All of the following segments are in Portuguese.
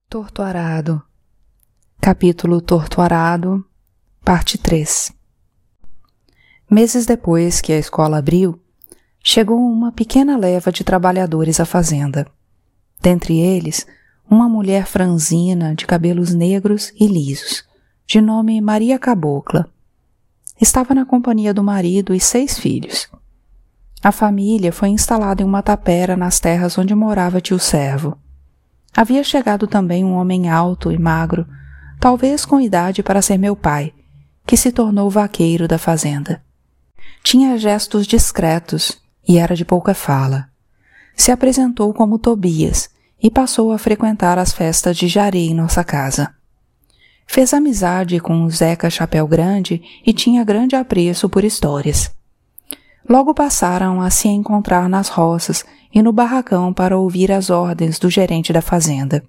Torto Arado. Capítulo Torto Arado, parte 3. Meses depois que a escola abriu, chegou uma pequena leva de trabalhadores à fazenda. Dentre eles, uma mulher franzina de cabelos negros e lisos, de nome Maria Cabocla. Estava na companhia do marido e 6 filhos. A família foi instalada em uma tapera nas terras onde morava tio Servo. Havia chegado também um homem alto e magro, talvez com idade para ser meu pai, que se tornou vaqueiro da fazenda. Tinha gestos discretos e era de pouca fala. Se apresentou como Tobias e passou a frequentar as festas de Jaré em nossa casa. Fez amizade com o Zeca Chapéu Grande e tinha grande apreço por histórias. Logo passaram a se encontrar nas roças e no barracão para ouvir as ordens do gerente da fazenda.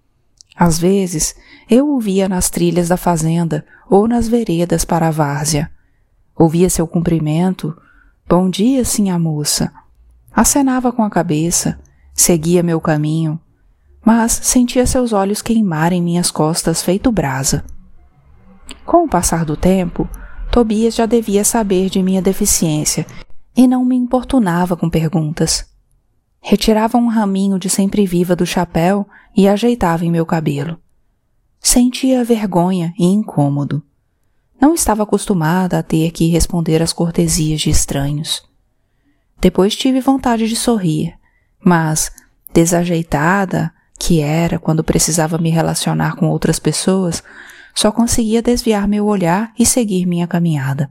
Às vezes, eu o via nas trilhas da fazenda ou nas veredas para a várzea. Ouvia seu cumprimento, bom dia, sinhá moça. Acenava com a cabeça, seguia meu caminho, mas sentia seus olhos queimarem minhas costas feito brasa. Com o passar do tempo, Tobias já devia saber de minha deficiência e não me importunava com perguntas. Retirava um raminho de sempre-viva do chapéu e ajeitava em meu cabelo. Sentia vergonha e incômodo. Não estava acostumada a ter que responder às cortesias de estranhos. Depois tive vontade de sorrir, mas, desajeitada que era quando precisava me relacionar com outras pessoas, só conseguia desviar meu olhar e seguir minha caminhada.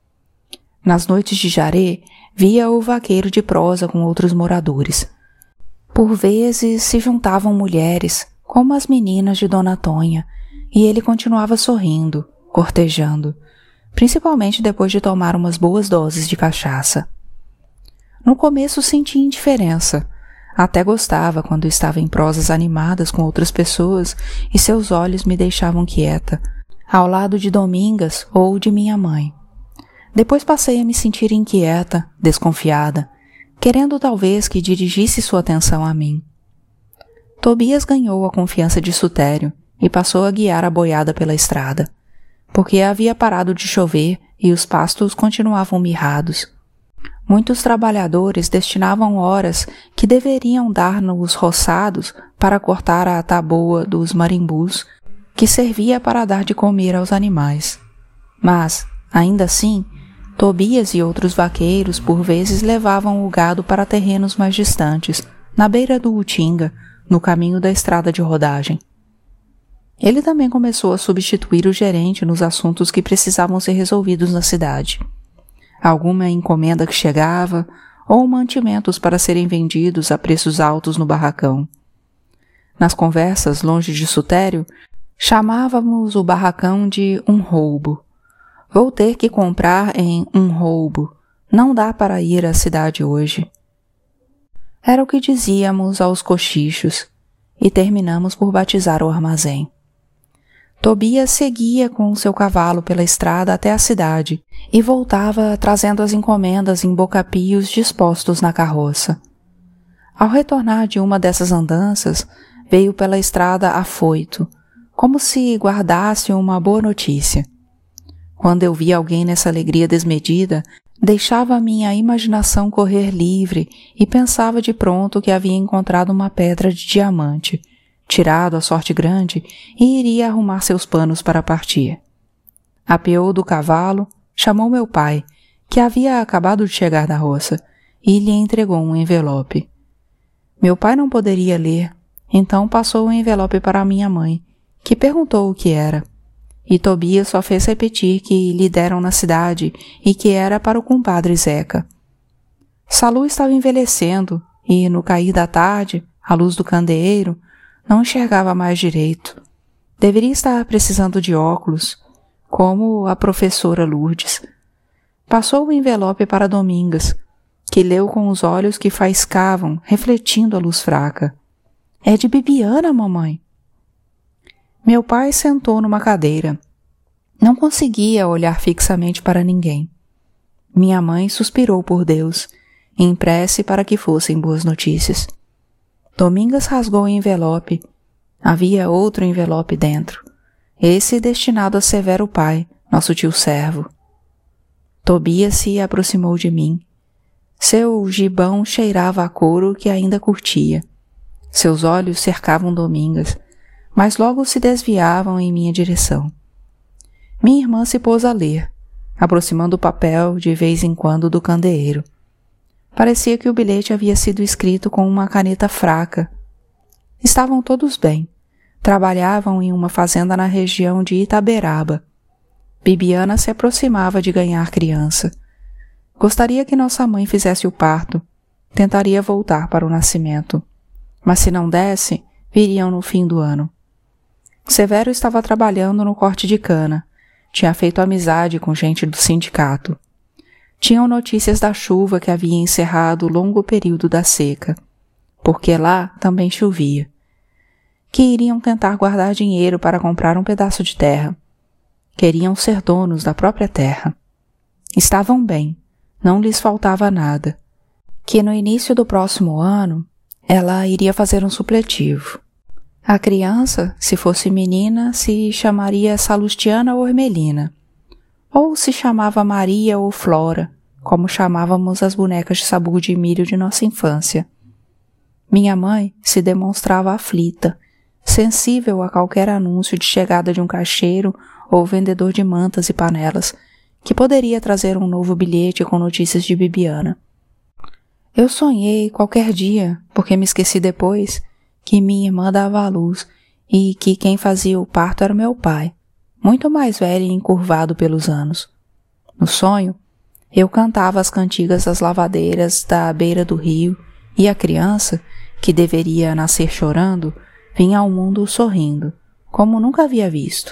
Nas noites de Jaré, via o vaqueiro de prosa com outros moradores. Por vezes se juntavam mulheres, como as meninas de Dona Tonha, e ele continuava sorrindo, cortejando, principalmente depois de tomar umas boas doses de cachaça. No começo senti indiferença, até gostava quando estava em prosas animadas com outras pessoas e seus olhos me deixavam quieta, ao lado de Domingas ou de minha mãe. Depois passei a me sentir inquieta, desconfiada, querendo talvez que dirigisse sua atenção a mim. Tobias ganhou a confiança de Sutério e passou a guiar a boiada pela estrada, porque havia parado de chover e os pastos continuavam mirrados. Muitos trabalhadores destinavam horas que deveriam dar nos roçados para cortar a taboa dos marimbus, que servia para dar de comer aos animais. Mas, ainda assim, Tobias e outros vaqueiros por vezes levavam o gado para terrenos mais distantes, na beira do Utinga, no caminho da estrada de rodagem. Ele também começou a substituir o gerente nos assuntos que precisavam ser resolvidos na cidade. Alguma encomenda que chegava, ou mantimentos para serem vendidos a preços altos no barracão. Nas conversas, longe de Sutério, chamávamos o barracão de um roubo. Vou ter que comprar em um roubo. Não dá para ir à cidade hoje. Era o que dizíamos aos cochichos, e terminamos por batizar o armazém. Tobias seguia com seu cavalo pela estrada até a cidade e voltava trazendo as encomendas em bocapios dispostos na carroça. Ao retornar de uma dessas andanças, veio pela estrada afoito, como se guardasse uma boa notícia. Quando eu via alguém nessa alegria desmedida, deixava a minha imaginação correr livre e pensava de pronto que havia encontrado uma pedra de diamante, tirado a sorte grande, e iria arrumar seus panos para partir. Apeou do cavalo, chamou meu pai, que havia acabado de chegar da roça, e lhe entregou um envelope. Meu pai não poderia ler, então passou o envelope para minha mãe, que perguntou o que era. E Tobias só fez repetir que lhe deram na cidade e que era para o compadre Zeca. Salu estava envelhecendo e, no cair da tarde, à luz do candeeiro, não enxergava mais direito. Deveria estar precisando de óculos, como a professora Lourdes. Passou o envelope para Domingas, que leu com os olhos que faiscavam, refletindo a luz fraca. — É de Bibiana, mamãe. Meu pai sentou numa cadeira. Não conseguia olhar fixamente para ninguém. Minha mãe suspirou por Deus, em prece para que fossem boas notícias. Domingas rasgou o envelope Havia outro envelope dentro, esse destinado a Severo pai, nosso tio servo. Tobias se aproximou de mim. Seu gibão cheirava a couro que ainda curtia. Seus olhos cercavam Domingas, mas logo se desviavam em minha direção. Minha irmã se pôs a ler, aproximando o papel de vez em quando do candeeiro. Parecia que o bilhete havia sido escrito com uma caneta fraca. Estavam todos bem. Trabalhavam em uma fazenda na região de Itaberaba. Bibiana se aproximava de ganhar criança. Gostaria que nossa mãe fizesse o parto. Tentaria voltar para o nascimento. Mas se não desse, viriam no fim do ano. Severo estava trabalhando no corte de cana. Tinha feito amizade com gente do sindicato. Tinham notícias da chuva que havia encerrado o longo período da seca, porque lá também chovia. Que iriam tentar guardar dinheiro para comprar um pedaço de terra. Queriam ser donos da própria terra. Estavam bem, não lhes faltava nada. Que no início do próximo ano, ela iria fazer um supletivo. A criança, se fosse menina, se chamaria Salustiana ou Ermelina, ou se chamava Maria ou Flora, como chamávamos as bonecas de sabugo de milho de nossa infância. Minha mãe se demonstrava aflita, sensível a qualquer anúncio de chegada de um caixeiro ou vendedor de mantas e panelas, que poderia trazer um novo bilhete com notícias de Bibiana. Eu sonhei qualquer dia, porque me esqueci depois, que minha irmã dava à luz e que quem fazia o parto era meu pai, muito mais velho e encurvado pelos anos. No sonho, eu cantava as cantigas das lavadeiras da beira do rio e a criança, que deveria nascer chorando, vinha ao mundo sorrindo, como nunca havia visto.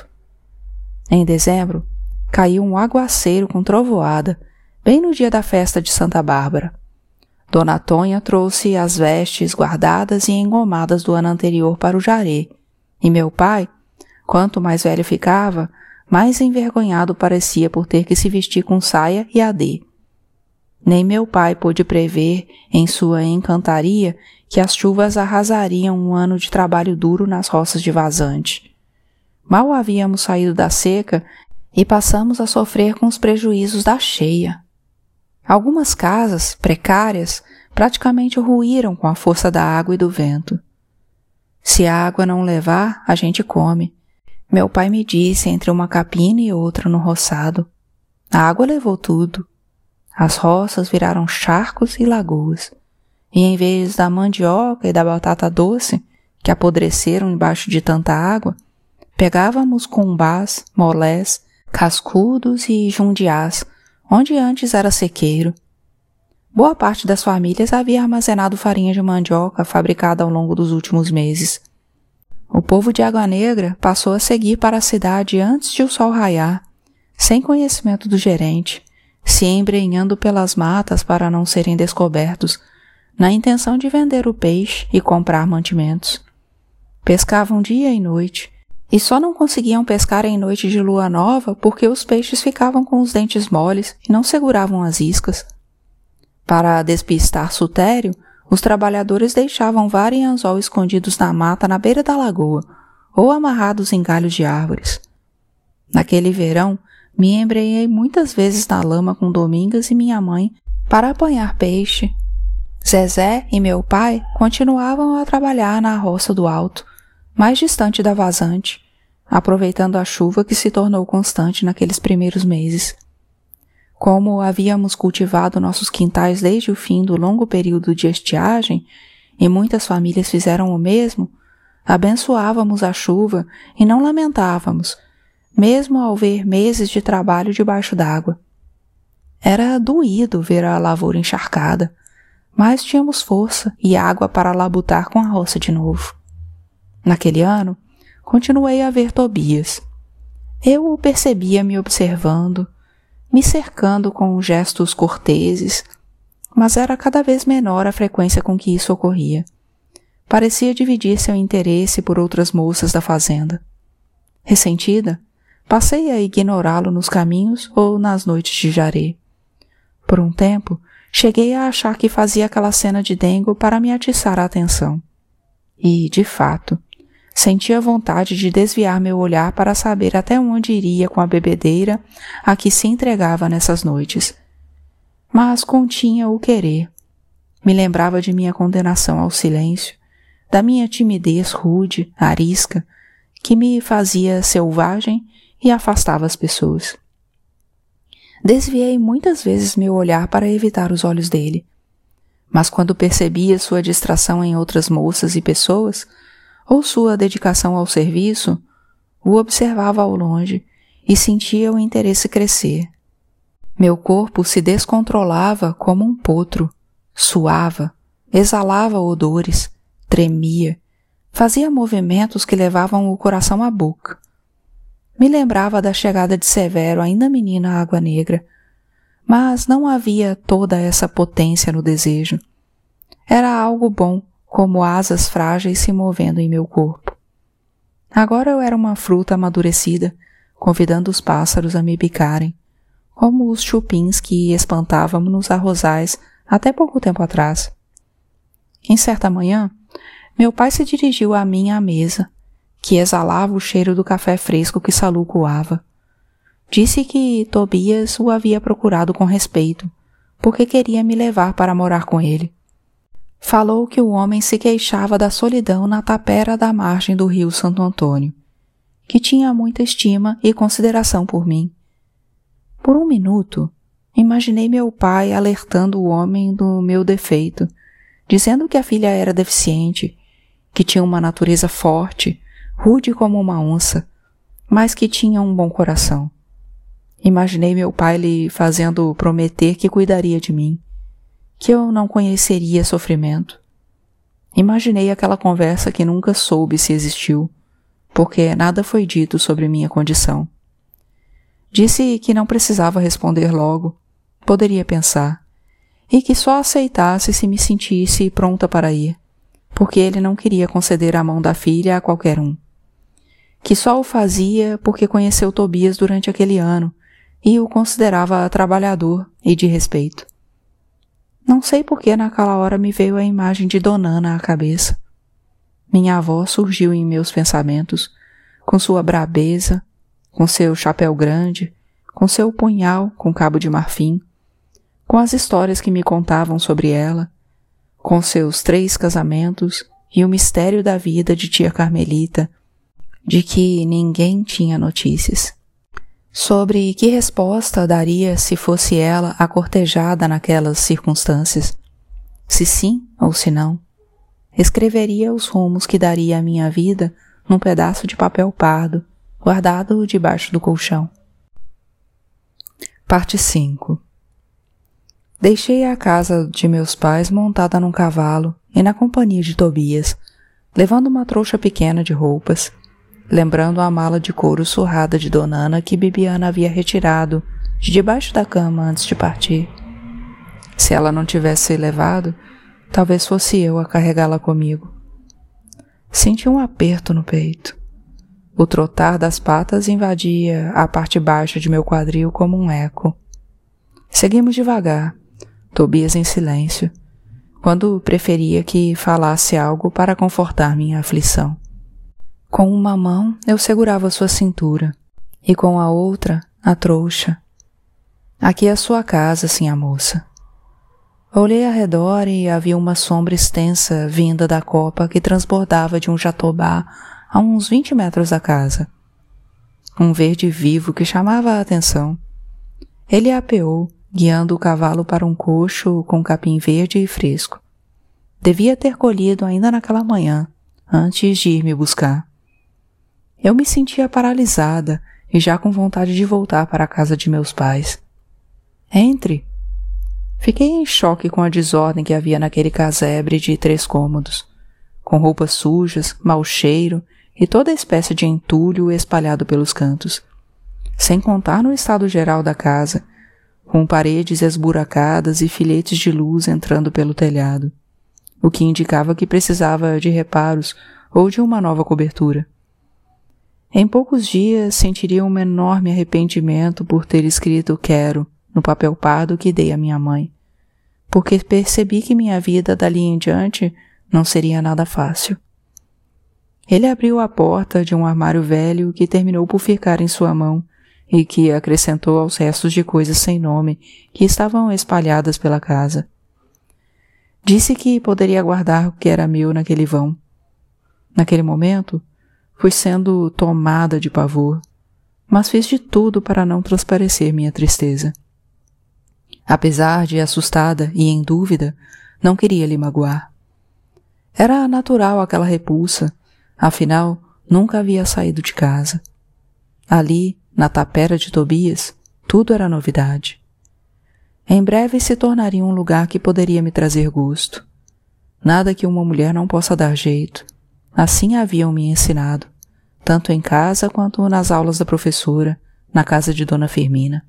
Em dezembro, caiu um aguaceiro com trovoada, bem no dia da festa de Santa Bárbara. Dona Tonha trouxe as vestes guardadas e engomadas do ano anterior para o jaré, e meu pai, quanto mais velho ficava, mais envergonhado parecia por ter que se vestir com saia e adê. Nem meu pai pôde prever, em sua encantaria, que as chuvas arrasariam um ano de trabalho duro nas roças de vazante. Mal havíamos saído da seca e passamos a sofrer com os prejuízos da cheia. Algumas casas, precárias, praticamente ruíram com a força da água e do vento. Se a água não levar, a gente come. Meu pai me disse entre uma capina e outra no roçado. A água levou tudo. As roças viraram charcos e lagoas. E em vez da mandioca e da batata doce, que apodreceram embaixo de tanta água, pegávamos cumbás, molés, cascudos e jundiás, onde antes era sequeiro. Boa parte das famílias havia armazenado farinha de mandioca fabricada ao longo dos últimos meses. O povo de Água Negra passou a seguir para a cidade antes de o sol raiar, sem conhecimento do gerente, se embrenhando pelas matas para não serem descobertos, na intenção de vender o peixe e comprar mantimentos. Pescavam dia e noite, e só não conseguiam pescar em noite de lua nova porque os peixes ficavam com os dentes moles e não seguravam as iscas. Para despistar Sutério, os trabalhadores deixavam vara e anzol escondidos na mata na beira da lagoa ou amarrados em galhos de árvores. Naquele verão, me embrenhei muitas vezes na lama com Domingas e minha mãe para apanhar peixe. Zezé e meu pai continuavam a trabalhar na roça do alto, mais distante da vazante, aproveitando a chuva que se tornou constante naqueles primeiros meses. Como havíamos cultivado nossos quintais desde o fim do longo período de estiagem, e muitas famílias fizeram o mesmo, abençoávamos a chuva e não lamentávamos, mesmo ao ver meses de trabalho debaixo d'água. Era doído ver a lavoura encharcada, mas tínhamos força e água para labutar com a roça de novo. Naquele ano, continuei a ver Tobias. Eu o percebia me observando, me cercando com gestos corteses, mas era cada vez menor a frequência com que isso ocorria. Parecia dividir seu interesse por outras moças da fazenda. Ressentida, passei a ignorá-lo nos caminhos ou nas noites de jaré. Por um tempo, cheguei a achar que fazia aquela cena de dengo para me atiçar a atenção. E, de fato, Sentia vontade de desviar meu olhar para saber até onde iria com a bebedeira a que se entregava nessas noites. Mas continha o querer. Me lembrava de minha condenação ao silêncio, da minha timidez rude, arisca, que me fazia selvagem e afastava as pessoas. Desviei muitas vezes meu olhar para evitar os olhos dele, mas quando percebia sua distração em outras moças e pessoas, ou sua dedicação ao serviço, o observava ao longe e sentia o interesse crescer. Meu corpo se descontrolava como um potro, suava, exalava odores, tremia, fazia movimentos que levavam o coração à boca. Me lembrava da chegada de Severo, ainda menina à Água Negra, mas não havia toda essa potência no desejo. Era algo bom, como asas frágeis se movendo em meu corpo. Agora eu era uma fruta amadurecida, convidando os pássaros a me bicarem, como os chupins que espantávamos nos arrozais até pouco tempo atrás. Em certa manhã, meu pai se dirigiu a mim à mesa, que exalava o cheiro do café fresco que Salu coava. Disse que Tobias o havia procurado com respeito, porque queria me levar para morar com ele. Falou que o homem se queixava da solidão na tapera da margem do rio Santo Antônio, que tinha muita estima e consideração por mim. Por um minuto, imaginei meu pai alertando o homem do meu defeito, dizendo que a filha era deficiente, que tinha uma natureza forte, rude como uma onça, mas que tinha um bom coração. Imaginei meu pai lhe fazendo prometer que cuidaria de mim, que eu não conheceria sofrimento. Imaginei aquela conversa que nunca soube se existiu, porque nada foi dito sobre minha condição. Disse que não precisava responder logo, poderia pensar, e que só aceitasse se me sentisse pronta para ir, porque ele não queria conceder a mão da filha a qualquer um. Que só o fazia porque conheceu Tobias durante aquele ano e o considerava trabalhador e de respeito. Não sei por que naquela hora me veio a imagem de Donana à cabeça. Minha avó surgiu em meus pensamentos, com sua brabeza, com seu chapéu grande, com seu punhal com cabo de marfim, com as histórias que me contavam sobre ela, com seus 3 casamentos e o mistério da vida de tia Carmelita, de que ninguém tinha notícias. Sobre que resposta daria se fosse ela a cortejada naquelas circunstâncias? Se sim ou se não. Escreveria os rumos que daria à minha vida num pedaço de papel pardo, guardado debaixo do colchão. Parte 5. Deixei a casa de meus pais montada num cavalo e na companhia de Tobias, levando uma trouxa pequena de roupas, lembrando a mala de couro surrada de Donana que Bibiana havia retirado de debaixo da cama antes de partir. Se ela não tivesse levado, talvez fosse eu a carregá-la comigo. Senti um aperto no peito. O trotar das patas invadia a parte baixa de meu quadril como um eco. Seguimos devagar, Tobias em silêncio, quando preferia que falasse algo para confortar minha aflição. Com uma mão eu segurava sua cintura e com a outra a trouxa. Aqui é a sua casa, sinha moça. Olhei ao redor e havia uma sombra extensa vinda da copa que transbordava de um jatobá a uns 20 metros da casa. Um verde vivo que chamava a atenção. Ele apeou, guiando o cavalo para um cocho com capim verde e fresco. Devia ter colhido ainda naquela manhã, antes de ir me buscar. Eu me sentia paralisada e já com vontade de voltar para a casa de meus pais. Entre! Fiquei em choque com a desordem que havia naquele casebre de 3 cômodos, com roupas sujas, mau cheiro e toda espécie de entulho espalhado pelos cantos, sem contar no estado geral da casa, com paredes esburacadas e filetes de luz entrando pelo telhado, o que indicava que precisava de reparos ou de uma nova cobertura. Em poucos dias sentiria um enorme arrependimento por ter escrito quero no papel pardo que dei à minha mãe, porque percebi que minha vida dali em diante não seria nada fácil. Ele abriu a porta de um armário velho que terminou por ficar em sua mão e que acrescentou aos restos de coisas sem nome que estavam espalhadas pela casa. Disse que poderia guardar o que era meu naquele vão. Naquele momento, fui sendo tomada de pavor, mas fiz de tudo para não transparecer minha tristeza. Apesar de assustada e em dúvida, não queria lhe magoar. Era natural aquela repulsa, afinal, nunca havia saído de casa. Ali, na tapera de Tobias, tudo era novidade. Em breve se tornaria um lugar que poderia me trazer gosto. Nada que uma mulher não possa dar jeito. Assim haviam me ensinado, tanto em casa quanto nas aulas da professora, na casa de Dona Firmina.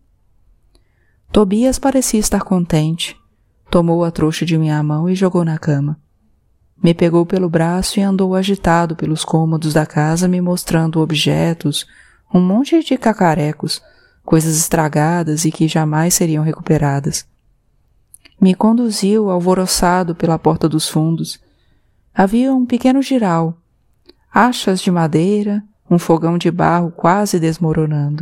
Tobias parecia estar contente. Tomou a trouxa de minha mão e jogou na cama. Me pegou pelo braço e andou agitado pelos cômodos da casa, me mostrando objetos, um monte de cacarecos, coisas estragadas e que jamais seriam recuperadas. Me conduziu alvoroçado pela porta dos fundos. Havia um pequeno giral, achas de madeira, um fogão de barro quase desmoronando.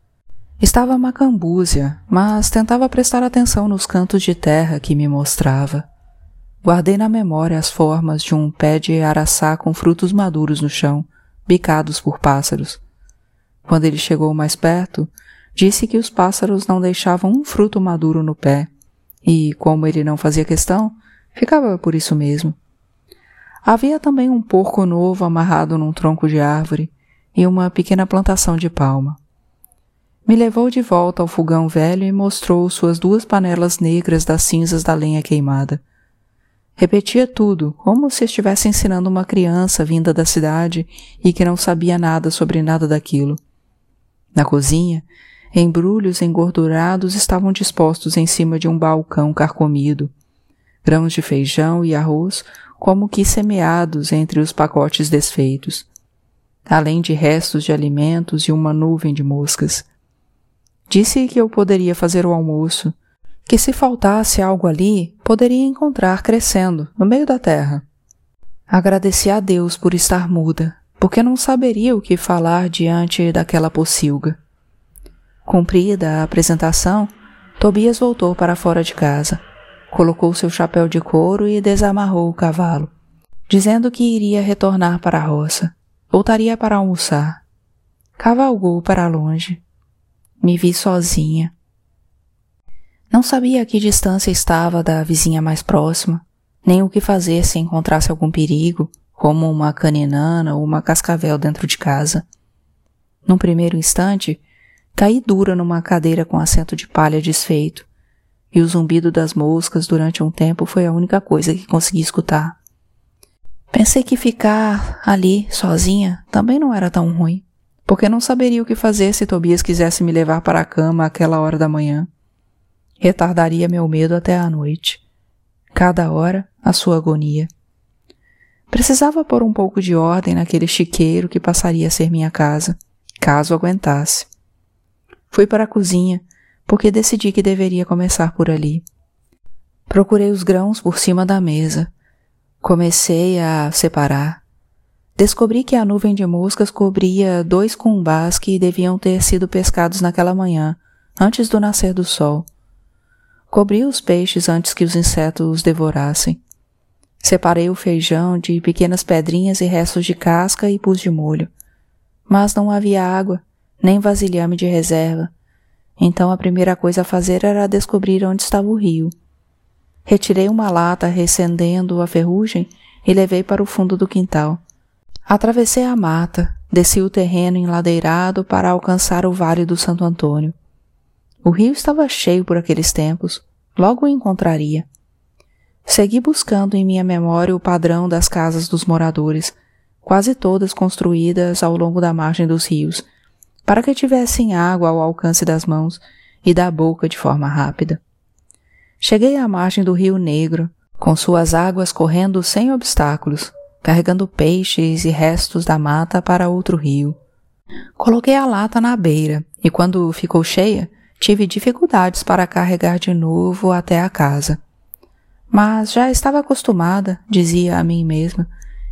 Estava macambúzia, mas tentava prestar atenção nos cantos de terra que me mostrava. Guardei na memória as formas de um pé de araçá com frutos maduros no chão, bicados por pássaros. Quando ele chegou mais perto, disse que os pássaros não deixavam um fruto maduro no pé, e, como ele não fazia questão, ficava por isso mesmo. Havia também um porco novo amarrado num tronco de árvore e uma pequena plantação de palma. Me levou de volta ao fogão velho e mostrou suas 2 panelas negras das cinzas da lenha queimada. Repetia tudo, como se estivesse ensinando uma criança vinda da cidade e que não sabia nada sobre nada daquilo. Na cozinha, embrulhos engordurados estavam dispostos em cima de um balcão carcomido. Grãos de feijão e arroz como que semeados entre os pacotes desfeitos, além de restos de alimentos e uma nuvem de moscas. Disse que eu poderia fazer o almoço, que se faltasse algo ali, poderia encontrar crescendo, no meio da terra. Agradeci a Deus por estar muda, porque não saberia o que falar diante daquela pocilga. Cumprida a apresentação, Tobias voltou para fora de casa. Colocou seu chapéu de couro e desamarrou o cavalo, dizendo que iria retornar para a roça. Voltaria para almoçar. Cavalgou para longe. Me vi sozinha. Não sabia a que distância estava da vizinha mais próxima, nem o que fazer se encontrasse algum perigo, como uma caninana ou uma cascavel dentro de casa. Num primeiro instante, caí dura numa cadeira com assento de palha desfeito, e o zumbido das moscas durante um tempo foi a única coisa que consegui escutar. Pensei que ficar ali, sozinha, também não era tão ruim, porque não saberia o que fazer se Tobias quisesse me levar para a cama àquela hora da manhã. Retardaria meu medo até a noite. Cada hora, a sua agonia. Precisava pôr um pouco de ordem naquele chiqueiro que passaria a ser minha casa, caso aguentasse. Fui para a cozinha, porque decidi que deveria começar por ali. Procurei os grãos por cima da mesa. Comecei a separar. Descobri que a nuvem de moscas cobria 2 cumbás que deviam ter sido pescados naquela manhã, antes do nascer do sol. Cobri os peixes antes que os insetos os devorassem. Separei o feijão de pequenas pedrinhas e restos de casca e pus de molho. Mas não havia água, nem vasilhame de reserva. Então a primeira coisa a fazer era descobrir onde estava o rio. Retirei uma lata recendendo a ferrugem e levei para o fundo do quintal. Atravessei a mata, desci o terreno enladeirado para alcançar o Vale do Santo Antônio. O rio estava cheio por aqueles tempos, logo o encontraria. Segui buscando em minha memória o padrão das casas dos moradores, quase todas construídas ao longo da margem dos rios, para que tivessem água ao alcance das mãos e da boca de forma rápida. Cheguei à margem do Rio Negro, com suas águas correndo sem obstáculos, carregando peixes e restos da mata para outro rio. Coloquei a lata na beira e, quando ficou cheia, tive dificuldades para carregar de novo até a casa. Mas já estava acostumada, dizia a mim mesma,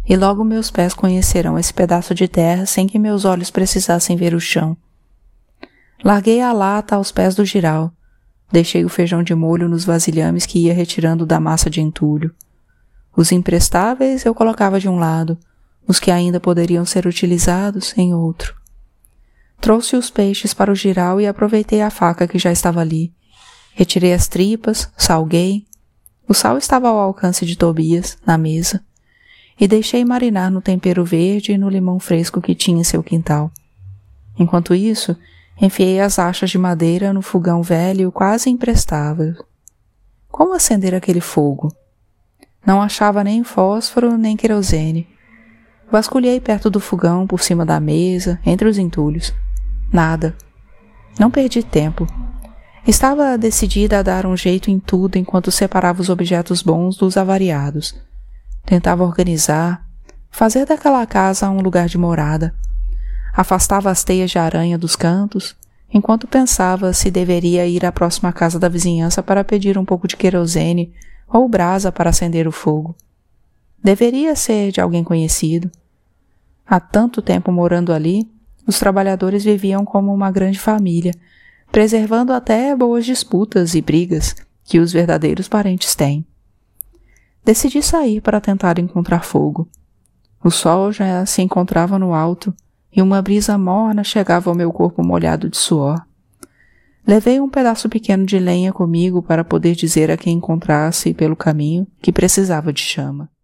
e logo meus pés conhecerão esse pedaço de terra sem que meus olhos precisassem ver o chão. Larguei a lata aos pés do jiral, deixei o feijão de molho nos vasilhames que ia retirando da massa de entulho. Os imprestáveis eu colocava de um lado, os que ainda poderiam ser utilizados em outro. Trouxe os peixes para o jiral e aproveitei a faca que já estava ali. Retirei as tripas, salguei. O sal estava ao alcance de Tobias, na mesa, e deixei marinar no tempero verde e no limão fresco que tinha em seu quintal. Enquanto isso, enfiei as achas de madeira no fogão velho quase imprestável. Como acender aquele fogo? Não achava nem fósforo nem querosene. Vasculhei perto do fogão, por cima da mesa, entre os entulhos. Nada. Não perdi tempo. Estava decidida a dar um jeito em tudo enquanto separava os objetos bons dos avariados. Tentava organizar, fazer daquela casa um lugar de morada. Afastava as teias de aranha dos cantos, enquanto pensava se deveria ir à próxima casa da vizinhança para pedir um pouco de querosene ou brasa para acender o fogo. Deveria ser de alguém conhecido. Há tanto tempo morando ali, os trabalhadores viviam como uma grande família, preservando até boas disputas e brigas que os verdadeiros parentes têm. Decidi sair para tentar encontrar fogo. O sol já se encontrava no alto e uma brisa morna chegava ao meu corpo molhado de suor. Levei um pedaço pequeno de lenha comigo para poder dizer a quem encontrasse pelo caminho que precisava de chama.